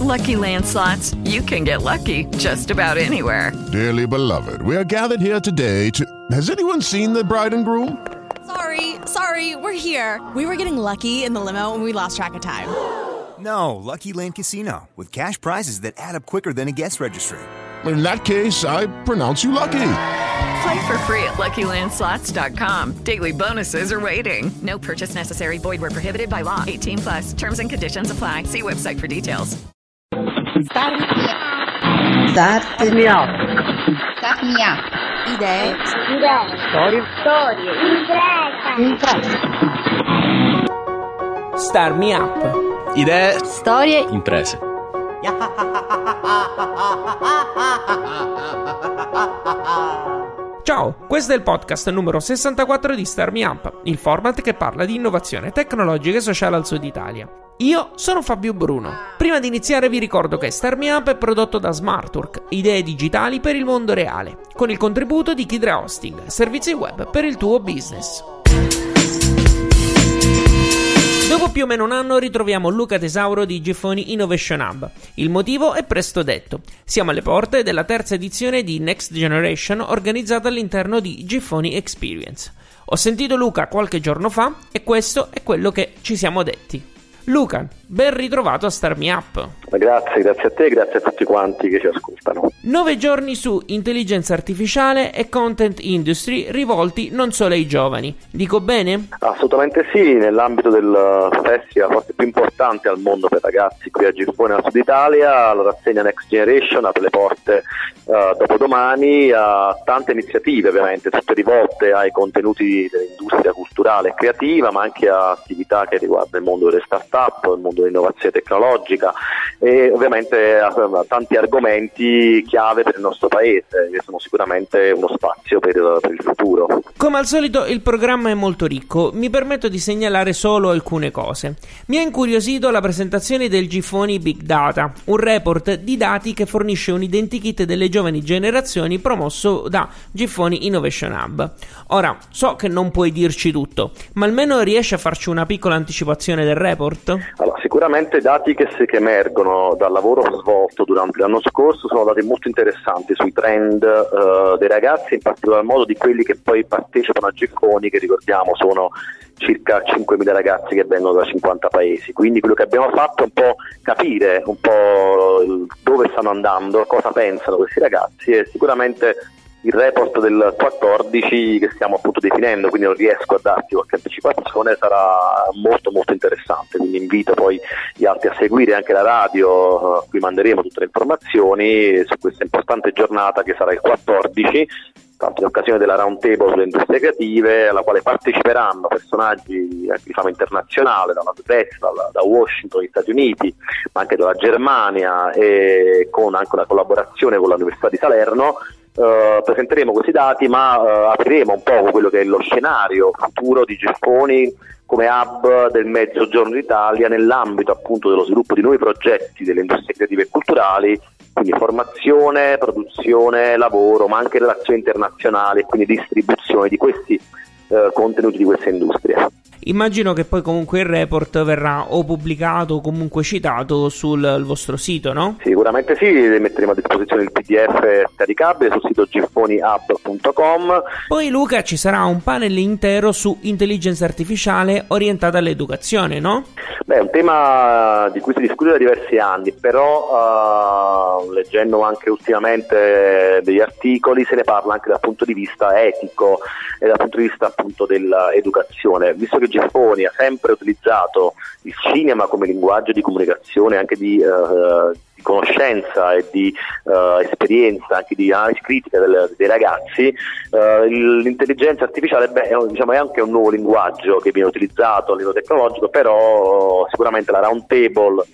Lucky Land Slots, you can get lucky just about anywhere. Dearly beloved, we are gathered here today to... Has anyone seen the bride and groom? Sorry, we're here. We were getting lucky in the limo and we lost track of time. No, Lucky Land Casino, with cash prizes that add up quicker than a guest registry. In that case, I pronounce you lucky. Play for free at LuckyLandSlots.com. Daily bonuses are waiting. No purchase necessary. Void where prohibited by law. 18+. Terms and conditions apply. See website for details. Start me up. Idee. Storie. Start me up. Idee. Storie. Imprese. Ciao, questo è il podcast numero 64 di Start Me Up, il format che parla di innovazione tecnologica e sociale al sud Italia. Io sono Fabio Bruno. Prima di iniziare vi ricordo che Start Me Up è prodotto da Smartwork, idee digitali per il mondo reale, con il contributo di Kidra Hosting, servizi web per il tuo business. Dopo più o meno un anno ritroviamo Luca Tesauro di Gifoni Innovation Hub. Il motivo è presto detto. Siamo alle porte della terza edizione di Next Generation organizzata all'interno di Gifoni Experience. Ho sentito Luca qualche giorno fa e questo è quello che ci siamo detti. Luca, ben ritrovato a Start Me Up. Grazie a te, grazie a tutti quanti che ci ascoltano. 9 giorni su intelligenza artificiale e content industry rivolti non solo ai giovani. Dico bene? Assolutamente sì, nell'ambito del festival forse più importante al mondo per ragazzi qui a Gifoni, al Sud Italia, la rassegna Next Generation apre le porte dopodomani a tante iniziative, ovviamente tutte rivolte ai contenuti dell'industria culturale e creativa, ma anche a attività che riguardano il mondo delle start-up, il mondo dell'innovazione tecnologica e ovviamente a tanti argomenti chiave per il nostro paese, che sono sicuramente uno spazio per il futuro. Come al solito il programma è molto ricco, mi permetto di segnalare solo alcune cose. Mi ha incuriosito la presentazione del Gifoni Big Data, un report di dati che fornisce un identikit delle giovani generazioni promosso da Gifoni Innovation Hub. Ora, so che non puoi dirci tutto, ma almeno riesci a farci una piccola anticipazione del report? Allora, sicuramente i dati che emergono dal lavoro svolto durante l'anno scorso sono dati molto interessanti sui trend dei ragazzi, in particolar modo di quelli che poi partecipano a Gifoni, che ricordiamo sono circa 5.000 ragazzi che vengono da 50 paesi. Quindi quello che abbiamo fatto è un po' capire un po' dove stanno andando, cosa pensano questi ragazzi, e sicuramente il report del 14 che stiamo appunto definendo, quindi non riesco a darti qualche anticipazione, sarà molto molto interessante, quindi invito poi gli altri a seguire anche la radio, a cui manderemo tutte le informazioni su questa importante giornata che sarà il 14, tanto in occasione della round table sulle industrie creative, alla quale parteciperanno personaggi di fama internazionale, dalla Svezia, da Washington, dagli Stati Uniti, ma anche dalla Germania, e con anche una collaborazione con l'Università di Salerno. Presenteremo questi dati, ma apriremo un po' quello che è lo scenario futuro di Gifoni come hub del Mezzogiorno d'Italia nell'ambito appunto dello sviluppo di nuovi progetti delle industrie creative e culturali, quindi formazione, produzione, lavoro, ma anche relazioni internazionali e quindi distribuzione di questi contenuti di queste industrie. Immagino che poi comunque il report verrà o pubblicato o comunque citato sul vostro sito, no? Sicuramente sì, metteremo a disposizione il PDF scaricabile sul sito gifonihub.com. Poi Luca, ci sarà un panel intero su intelligenza artificiale orientata all'educazione, no? Beh, è un tema di cui si discute da diversi anni, però leggendo anche ultimamente degli articoli se ne parla anche dal punto di vista etico e dal punto di vista appunto dell'educazione, visto che Gifoni ha sempre utilizzato il cinema come linguaggio di comunicazione, anche di conoscenza e di esperienza, anche di analisi critica dei ragazzi. L'intelligenza artificiale è anche un nuovo linguaggio che viene utilizzato a livello tecnologico, però sicuramente la round table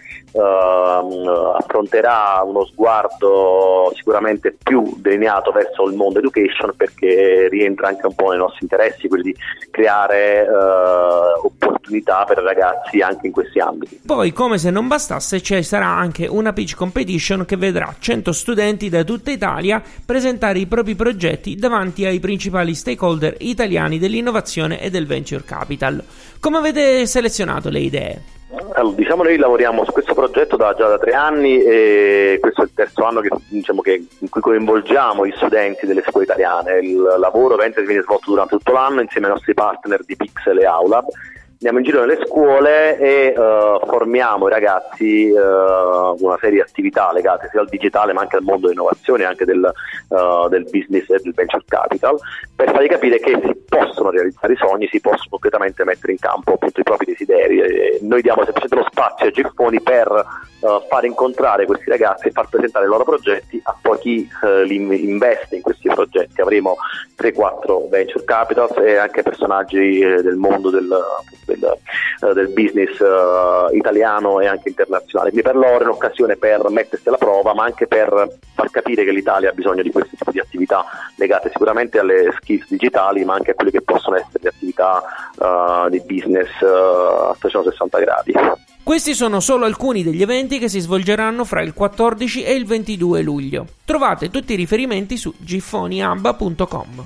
affronterà uno sguardo sicuramente più delineato verso il mondo education, perché rientra anche un po' nei nostri interessi, quelli di creare opportunità per ragazzi anche in questi ambiti. Poi, come se non bastasse, ci sarà anche una pitch competition che vedrà 100 studenti da tutta Italia presentare i propri progetti davanti ai principali stakeholder italiani dell'innovazione e del venture capital. Come avete selezionato le idee? Allora, diciamo, noi lavoriamo su questo progetto già da 3 anni e questo è il terzo anno in cui coinvolgiamo gli studenti delle scuole italiane. Il lavoro viene svolto durante tutto l'anno insieme ai nostri partner di Pixel e Aulab. Andiamo in giro nelle scuole e formiamo i ragazzi una serie di attività legate sia al digitale ma anche al mondo dell'innovazione e anche del business e del venture capital, per fargli capire che si possono realizzare i sogni, si possono concretamente mettere in campo appunto i propri desideri. E noi diamo semplicemente lo spazio ai Giffoni per far incontrare questi ragazzi e far presentare i loro progetti a poi chi li investe in questi progetti. Avremo 3-4 venture capitals e anche personaggi del mondo del business italiano e anche internazionale. Quindi per loro è un'occasione per mettersi alla prova, ma anche per far capire che l'Italia ha bisogno di questo tipo di attività legate sicuramente alle skills digitali, ma anche a quelle che possono essere le attività di business a 360 gradi. Questi sono solo alcuni degli eventi che si svolgeranno fra il 14 e il 22 luglio. Trovate tutti i riferimenti su giffonihub.com.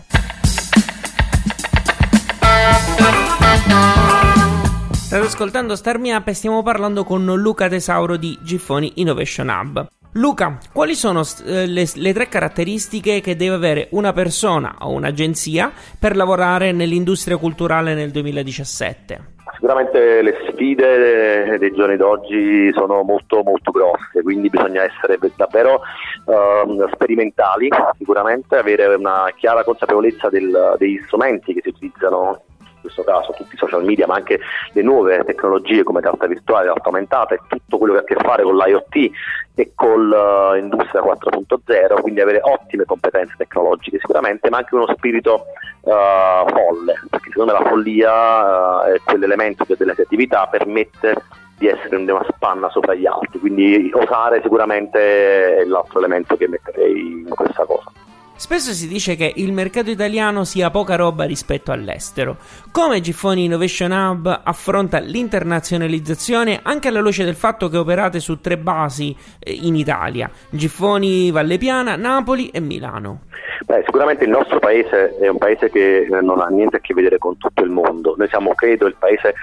State ascoltando Start Me Up e stiamo parlando con Luca Tesauro di Giffoni Innovation Hub. Luca, quali sono le 3 caratteristiche che deve avere una persona o un'agenzia per lavorare nell'industria culturale nel 2017? Sicuramente le sfide dei giorni d'oggi sono molto molto grosse, quindi bisogna essere davvero sperimentali, sicuramente avere una chiara consapevolezza degli strumenti che si utilizzano, in questo caso tutti i social media, ma anche le nuove tecnologie come realtà virtuale, realtà aumentata e tutto quello che ha a che fare con l'IoT e con l'industria 4.0, quindi avere ottime competenze tecnologiche sicuramente, ma anche uno spirito folle, perché secondo me la follia è quell'elemento che della creatività permette di essere una spanna sopra gli altri, quindi osare sicuramente è l'altro elemento che metterei in questa cosa. Spesso si dice che il mercato italiano sia poca roba rispetto all'estero. Come Giffoni Innovation Hub affronta l'internazionalizzazione anche alla luce del fatto che operate su 3 basi in Italia: Giffoni, Valle Piana, Napoli e Milano? Sicuramente il nostro paese è un paese che non ha niente a che vedere con tutto il mondo. Noi siamo, credo, il paese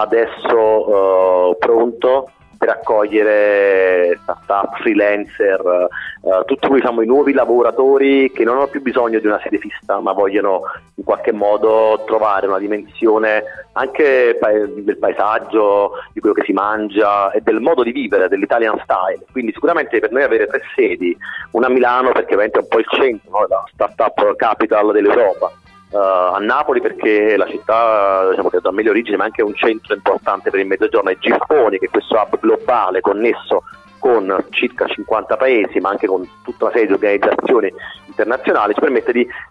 adesso pronto per accogliere startup, freelancer, tutti i nuovi lavoratori che non hanno più bisogno di una sede fissa, ma vogliono in qualche modo trovare una dimensione anche del paesaggio, di quello che si mangia e del modo di vivere, dell'Italian style. Quindi sicuramente per noi avere 3 sedi, una a Milano perché ovviamente è un po' il centro, no? La startup capital dell'Europa, a Napoli perché è la città che ha meglio origine ma anche un centro importante per il Mezzogiorno, e Giffoni che è questo hub globale connesso con circa 50 paesi ma anche con tutta una serie di organizzazioni internazionali, ci permette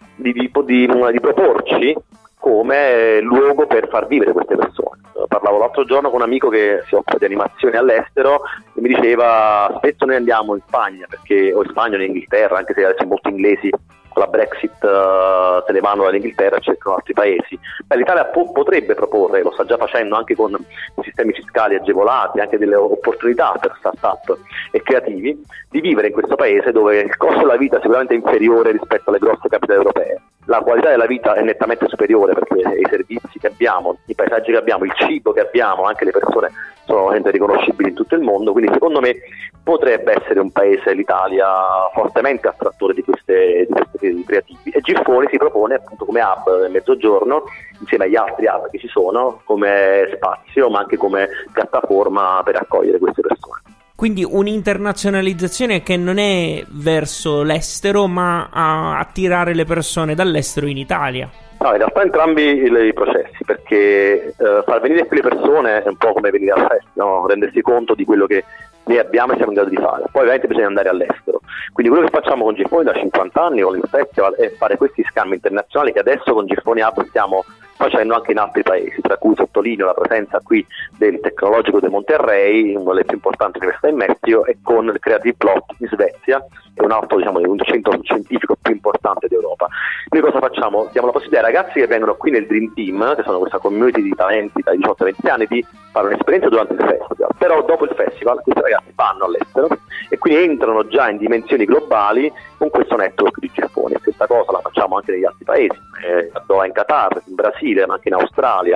di proporci come luogo per far vivere queste persone. Parlavo l'altro giorno con un amico che si occupa di animazione all'estero e mi diceva spesso noi andiamo in Spagna o in Spagna o in Inghilterra, anche se adesso molti inglesi con la Brexit se ne vanno dall'Inghilterra e cercano altri paesi. L'Italia potrebbe proporre, lo sta già facendo anche con sistemi fiscali agevolati, anche delle opportunità per start-up e creativi, di vivere in questo paese dove il costo della vita è sicuramente inferiore rispetto alle grosse capitali europee. La qualità della vita è nettamente superiore perché i servizi che abbiamo, i paesaggi che abbiamo, il cibo che abbiamo, anche le persone sono riconoscibili in tutto il mondo, quindi secondo me potrebbe essere un paese, l'Italia, fortemente attrattore di questi creativi, e Giffoni si propone appunto come hub del Mezzogiorno insieme agli altri hub che ci sono come spazio ma anche come piattaforma per accogliere queste persone. Quindi un'internazionalizzazione che non è verso l'estero ma a attirare le persone dall'estero in Italia. No, in realtà entrambi i processi, perché far venire qui le persone è un po' come venire al festival, no? Rendersi conto di quello che noi abbiamo e siamo in grado di fare. Poi ovviamente bisogna andare all'estero. Quindi quello che facciamo con Giffoni da 50 anni con il festival è fare questi scambi internazionali che adesso con Giffoni Hub stiamo facendo anche in altri paesi, tra cui sottolineo la presenza qui del Tecnologico di Monterrey, una delle più importanti università in Messico, e con il Creative Plot in Svezia, che è un altro un centro scientifico più importante d'Europa. Noi cosa facciamo? Diamo la possibilità ai ragazzi che vengono qui nel Dream Team, che sono questa community di talenti dai 18 ai 20 anni, di fare un'esperienza durante il festival, però dopo il festival questi ragazzi vanno all'estero e quindi entrano già in dimensioni globali con questo network di Giffoni. Questa cosa la facciamo anche negli altri paesi, in Qatar, in Brasile, ma anche in Australia,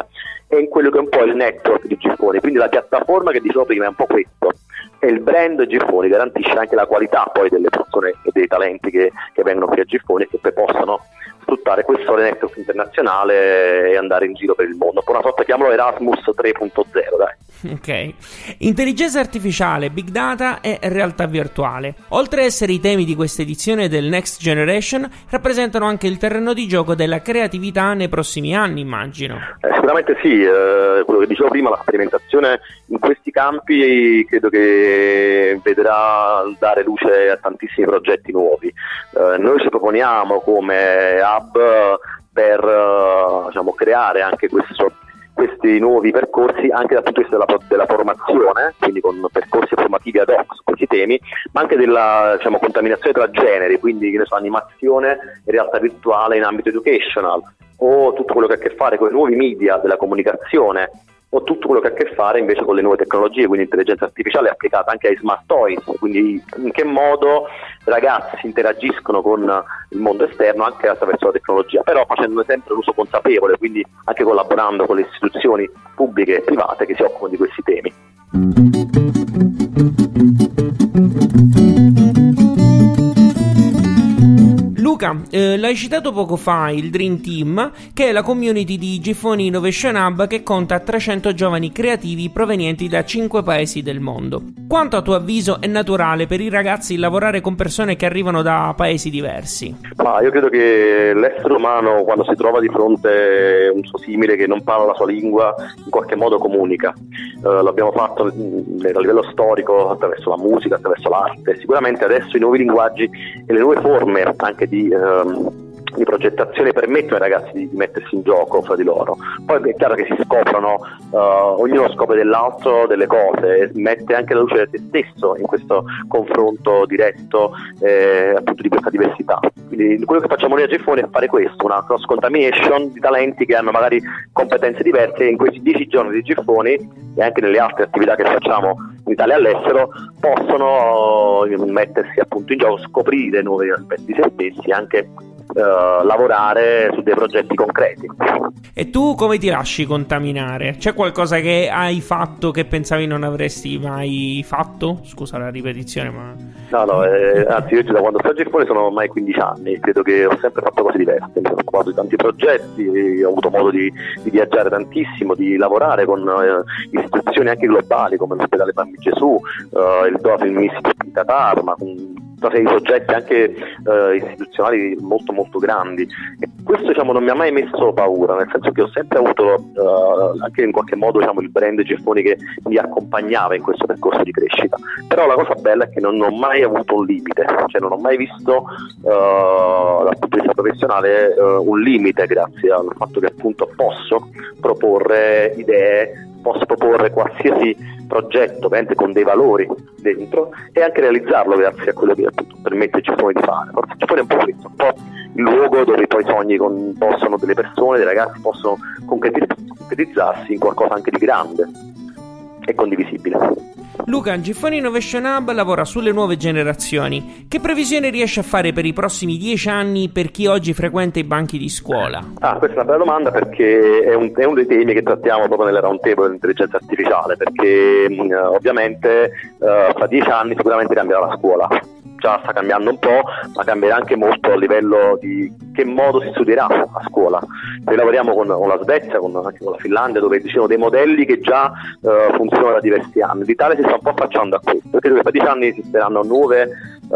e in quello che è un po' il network di Giffoni, quindi la piattaforma che dicevo prima è un po' questo, e il brand Giffoni garantisce anche la qualità poi delle persone e dei talenti che vengono qui a Giffoni e che poi possano sfruttare questo network internazionale e andare in giro per il mondo. Una sorta, chiamalo Erasmus 3.0, dai. Ok. Intelligenza artificiale, big data e realtà virtuale. Oltre a essere i temi di questa edizione del Next Generation, rappresentano anche il terreno di gioco della creatività nei prossimi anni, immagino. Sicuramente sì, quello che dicevo prima, la sperimentazione in questi campi credo che vedrà dare luce a tantissimi progetti nuovi. Noi ci proponiamo come hub per creare anche questi nuovi percorsi anche dal punto di vista della formazione, quindi con percorsi formativi ad hoc su questi temi, ma anche della contaminazione tra generi, quindi animazione e realtà virtuale in ambito educational, o tutto quello che ha a che fare con i nuovi media della comunicazione, o tutto quello che ha a che fare invece con le nuove tecnologie, quindi intelligenza artificiale applicata anche ai smart toys, quindi in che modo ragazzi interagiscono con il mondo esterno anche attraverso la tecnologia, però facendo sempre un uso consapevole, quindi anche collaborando con le istituzioni pubbliche e private che si occupano di questi temi. Luca, l'hai citato poco fa, il Dream Team, che è la community di Giffoni Innovation Hub che conta 300 giovani creativi provenienti da 5 paesi del mondo. Quanto a tuo avviso è naturale per i ragazzi lavorare con persone che arrivano da paesi diversi? Io credo che l'essere umano, quando si trova di fronte un suo simile che non parla la sua lingua, in qualche modo comunica. L'abbiamo fatto a livello storico attraverso la musica, attraverso l'arte. Sicuramente adesso i nuovi linguaggi e le nuove forme anche di progettazione permettono ai ragazzi di mettersi in gioco fra di loro. Poi è chiaro che si scoprono, ognuno scopre dell'altro delle cose e mette anche la luce di se stesso in questo confronto diretto appunto di questa diversità. Quindi quello che facciamo noi a Giffoni è fare questo, una cross contamination di talenti che hanno magari competenze diverse, e in questi 10 giorni di Giffoni e anche nelle altre attività che facciamo in Italia e all'estero possono mettersi appunto in gioco, scoprire nuovi aspetti di se stessi e anche lavorare su dei progetti concreti. E tu come ti lasci contaminare? C'è qualcosa che hai fatto che pensavi non avresti mai fatto? Scusa la ripetizione, ma... Anzi, io da quando sto a Giffoni sono ormai 15 anni, credo che ho sempre fatto cose diverse, mi sono occupato di tanti progetti, ho avuto modo di viaggiare tantissimo, di lavorare con istituzioni anche globali come l'ospedale Bambino Gesù, il Doha Film Institute in Qatar, ma una serie di progetti anche istituzionali molto molto grandi, e questo non mi ha mai messo paura, nel senso che ho sempre avuto anche in qualche modo il brand Giffoni che mi accompagnava in questo percorso di crescita. Però la cosa bella è che non ho mai avuto un limite, non ho mai visto dal punto di vista professionale un limite, grazie al fatto che appunto posso proporre idee, posso proporre qualsiasi progetto ovviamente con dei valori dentro e anche realizzarlo grazie a quello che appunto permette Giffoni di fare. Forse Giffoni è un po' questo, un po' il luogo dove poi i sogni possono, delle persone, dei ragazzi possono concretizzarsi in qualcosa anche di grande e condivisibile. Luca, Giffoni Innovation Hub lavora sulle nuove generazioni. Che previsione riesce a fare per i prossimi 10 anni per chi oggi frequenta i banchi di scuola? Questa è una bella domanda, perché è uno dei temi che trattiamo proprio nelle round table dell'intelligenza artificiale, perché ovviamente fra 10 anni sicuramente cambierà la scuola. Già sta cambiando un po', ma cambierà anche molto a livello di che modo si studierà a scuola. Noi lavoriamo con la Svezia, anche con la Finlandia, dove ci sono dei modelli che già funzionano da diversi anni. L'Italia si sta un po' affacciando a questo, perché tra 10 anni esisteranno nuove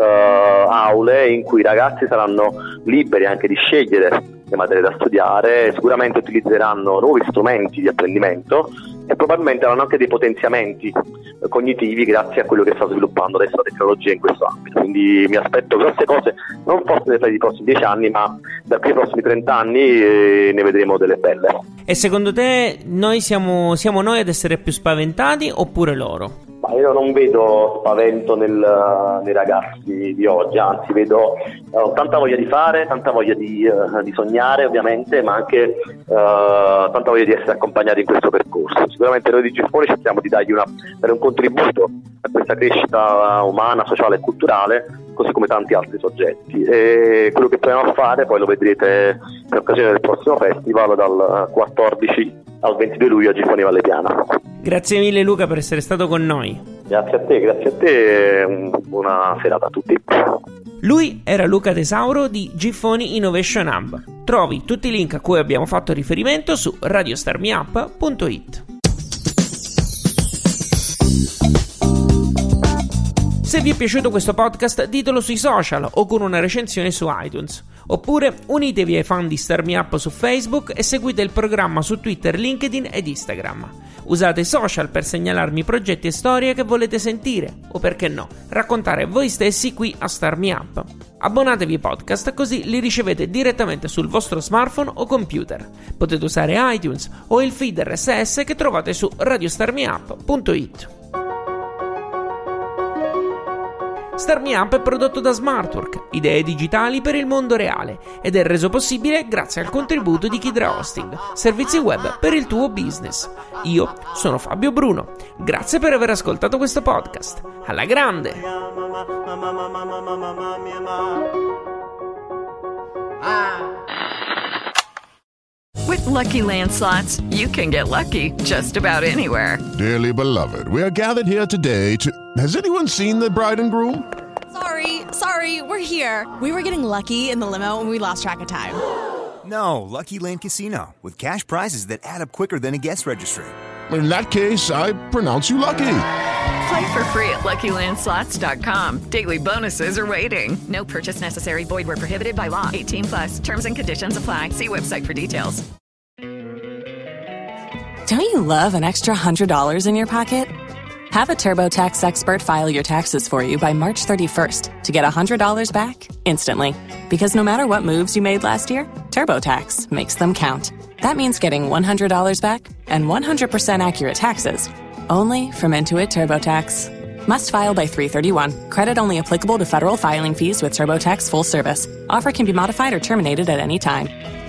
aule in cui i ragazzi saranno liberi anche di scegliere le materie da studiare, sicuramente utilizzeranno nuovi strumenti di apprendimento e probabilmente avranno anche dei potenziamenti cognitivi grazie a quello che sta sviluppando adesso la tecnologia in questo ambito. Quindi mi aspetto grosse cose, non forse nei prossimi 10 anni, ma da qui ai prossimi 30 anni ne vedremo delle belle. E secondo te noi siamo noi ad essere più spaventati oppure loro? Ma io non vedo spavento nei ragazzi di oggi, anzi vedo tanta voglia di fare, tanta voglia di sognare ovviamente, ma anche tanta voglia di essere accompagnati in questo percorso. Sicuramente noi di Giffoni cerchiamo di dare un contributo a questa crescita umana, sociale e culturale, così come tanti altri soggetti. E quello che proviamo a fare poi lo vedrete in occasione del prossimo festival dal 14 al 22 luglio a Gifoni Valle Piana. Grazie mille Luca per essere stato con noi. Grazie a te e buona serata a tutti. Lui era Luca Tesauro di Gifoni Innovation Hub. Trovi tutti i link a cui abbiamo fatto riferimento su radiostarmiup.it. Se vi è piaciuto questo podcast, ditelo sui social o con una recensione su iTunes. Oppure unitevi ai fan di Start Me Up su Facebook e seguite il programma su Twitter, LinkedIn ed Instagram. Usate i social per segnalarmi progetti e storie che volete sentire, o perché no, raccontare voi stessi qui a Start Me Up. Abbonatevi ai podcast così li ricevete direttamente sul vostro smartphone o computer. Potete usare iTunes o il feed RSS che trovate su radiostarmiup.it. Start Me Up è prodotto da Smartwork, idee digitali per il mondo reale, ed è reso possibile grazie al contributo di Kidra Hosting, servizi web per il tuo business. Io sono Fabio Bruno, grazie per aver ascoltato questo podcast. Alla grande! With Lucky Land Slots, you can get lucky just about anywhere. Dearly beloved, we are gathered here today to... Has anyone seen the bride and groom? Sorry, we're here. We were getting lucky in the limo and we lost track of time. No, Lucky Land Casino, with cash prizes that add up quicker than a guest registry. In that case, I pronounce you lucky. Play for free at LuckyLandSlots.com. Daily bonuses are waiting. No purchase necessary. Void where prohibited by law. 18+. Terms and conditions apply. See website for details. Don't you love an extra $100 in your pocket? Have a TurboTax expert file your taxes for you by March 31st to get $100 back instantly. Because no matter what moves you made last year, TurboTax makes them count. That means getting $100 back and 100% accurate taxes only from Intuit TurboTax. Must file by 3/31. Credit only applicable to federal filing fees with TurboTax full service. Offer can be modified or terminated at any time.